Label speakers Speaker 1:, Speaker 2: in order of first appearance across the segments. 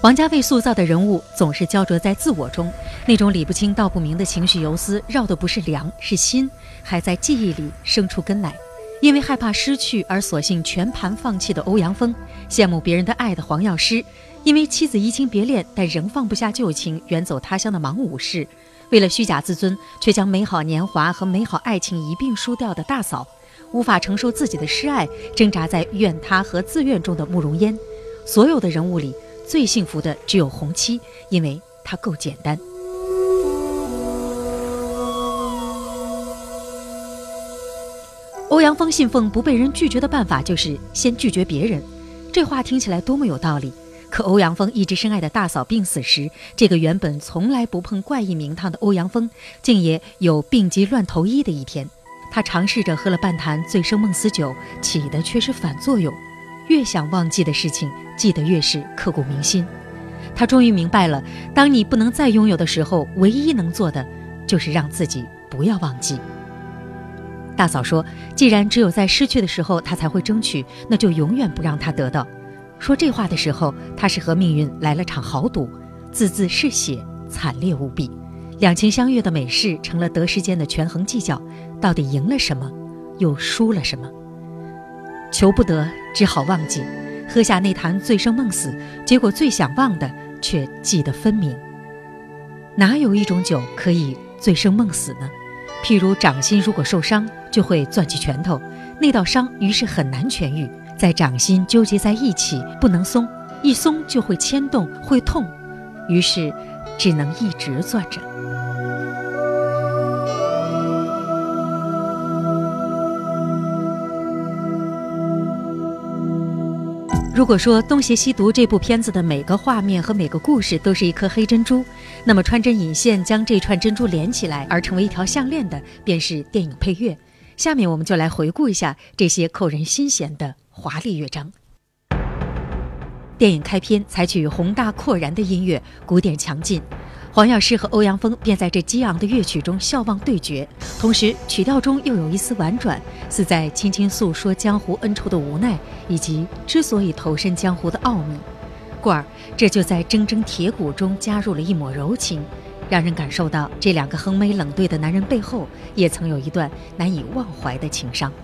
Speaker 1: 王家卫塑造的人物总是焦灼在自我中，那种理不清道不明的情绪游丝绕的不是梁是心，还在记忆里生出根来。因为害怕失去而索性全盘放弃的欧阳锋，羡慕别人的爱的黄药师，因为妻子移情别恋但仍放不下旧情远走他乡的盲武士，为了虚假自尊却将美好年华和美好爱情一并输掉的大嫂，无法承受自己的失爱，挣扎在怨他和自怨中的慕容嫣。所有的人物里最幸福的只有红七，因为她够简单。欧阳锋信奉不被人拒绝的办法就是先拒绝别人，这话听起来多么有道理。可欧阳锋一直深爱的大嫂病死时，这个原本从来不碰怪异名堂的欧阳锋，竟也有病急乱投医的一天。他尝试着喝了半坛醉生梦死酒，起的却是反作用，越想忘记的事情，记得越是刻骨铭心。他终于明白了，当你不能再拥有的时候，唯一能做的就是让自己不要忘记。大嫂说，既然只有在失去的时候他才会争取，那就永远不让他得到。说这话的时候，他是和命运来了场豪赌，字字是血，惨烈无比。两情相悦的美事成了得失间的权衡计较，到底赢了什么，又输了什么？求不得，只好忘记，喝下那坛醉生梦死，结果最想忘的却记得分明。哪有一种酒可以醉生梦死呢？譬如掌心如果受伤，就会攥起拳头，那道伤于是很难痊愈，在掌心纠结在一起，不能松，一松就会牵动，会痛，于是只能一直攥着。如果说《东邪西毒》这部片子的每个画面和每个故事都是一颗黑珍珠，那么穿针引线将这串珍珠连起来而成为一条项链的，便是电影配乐。下面我们就来回顾一下这些扣人心弦的华丽乐章。电影开篇采取宏大阔然的音乐，古典强劲，黄药师和欧阳锋便在这激昂的乐曲中笑望对决，同时曲调中又有一丝婉转，似在轻轻诉说江湖恩仇的无奈，以及之所以投身江湖的奥秘。故而这就在铮铮铁骨中加入了一抹柔情，让人感受到这两个横眉冷对的男人背后也曾有一段难以忘怀的情伤。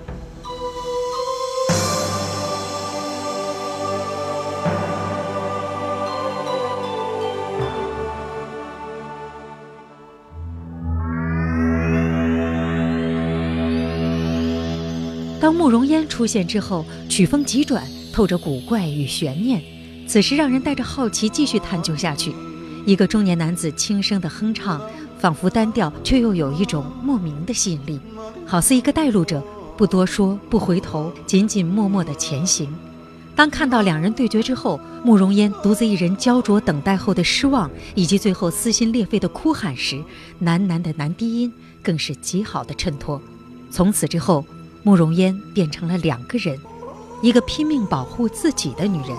Speaker 1: 当慕容嫣出现之后，曲风急转，透着古怪与悬念，此时让人带着好奇继续探究下去。一个中年男子轻声的哼唱，仿佛单调，却又有一种莫名的吸引力，好似一个带路者，不多说，不回头，仅仅默默地前行。当看到两人对决之后，慕容嫣独自一人焦灼等待后的失望，以及最后撕心裂肺的哭喊时，喃喃的男低音更是极好的衬托。从此之后，慕容嫣变成了两个人，一个拼命保护自己的女人。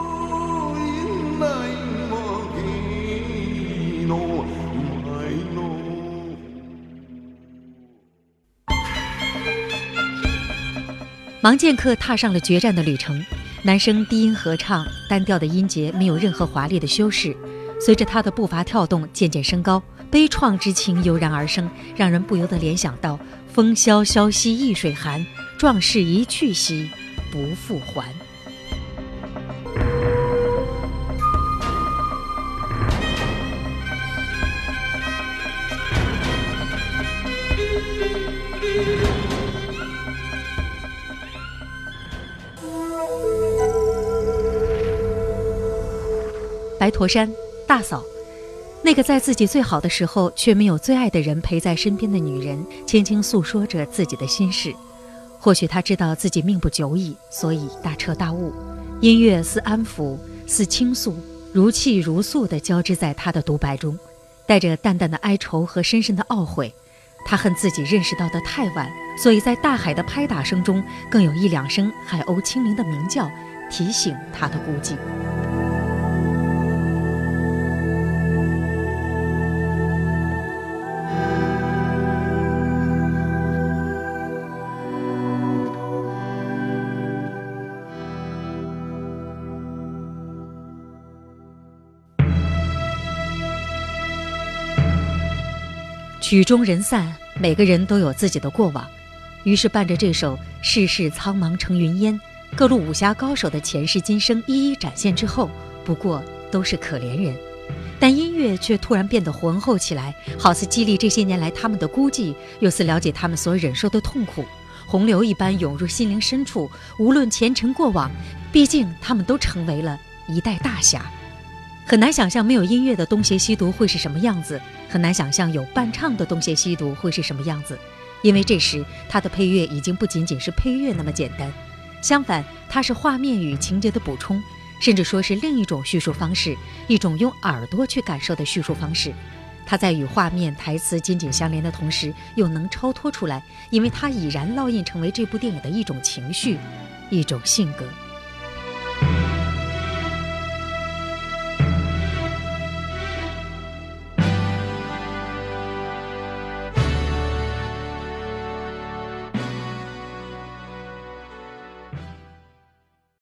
Speaker 1: 盲剑客踏上了决战的旅程，男声低音合唱，单调的音节没有任何华丽的修饰，随着他的步伐跳动渐渐升高，悲怆之情油然而生，让人不由得联想到风萧萧兮易水寒，壮士一去兮不复还。白驼山，大嫂，那个在自己最好的时候却没有最爱的人陪在身边的女人，轻轻诉说着自己的心事。或许她知道自己命不久矣，所以大彻大悟。音乐似安抚，似倾诉，如泣如诉地交织在她的独白中，带着淡淡的哀愁和深深的懊悔。她恨自己认识到的太晚，所以在大海的拍打声中，更有一两声海鸥轻灵的鸣叫，提醒她的孤寂。 曲终人散，每个人都有自己的过往，于是伴着这首世事苍茫成云烟，各路武侠高手的前世今生一一展现之后，不过都是可怜人。但音乐却突然变得浑厚起来，好似激励这些年来他们的孤寂，又似了解他们所忍受的痛苦，洪流一般涌入心灵深处。无论前尘过往，毕竟他们都成为了一代大侠。很难想象没有音乐的东邪西毒会是什么样子，很难想象有伴唱的东邪西毒会是什么样子，因为这时它的配乐已经不仅仅是配乐那么简单，相反，它是画面与情节的补充，甚至说是另一种叙述方式，一种用耳朵去感受的叙述方式。它在与画面台词紧紧相连的同时，又能超脱出来，因为它已然烙印成为这部电影的一种情绪，一种性格。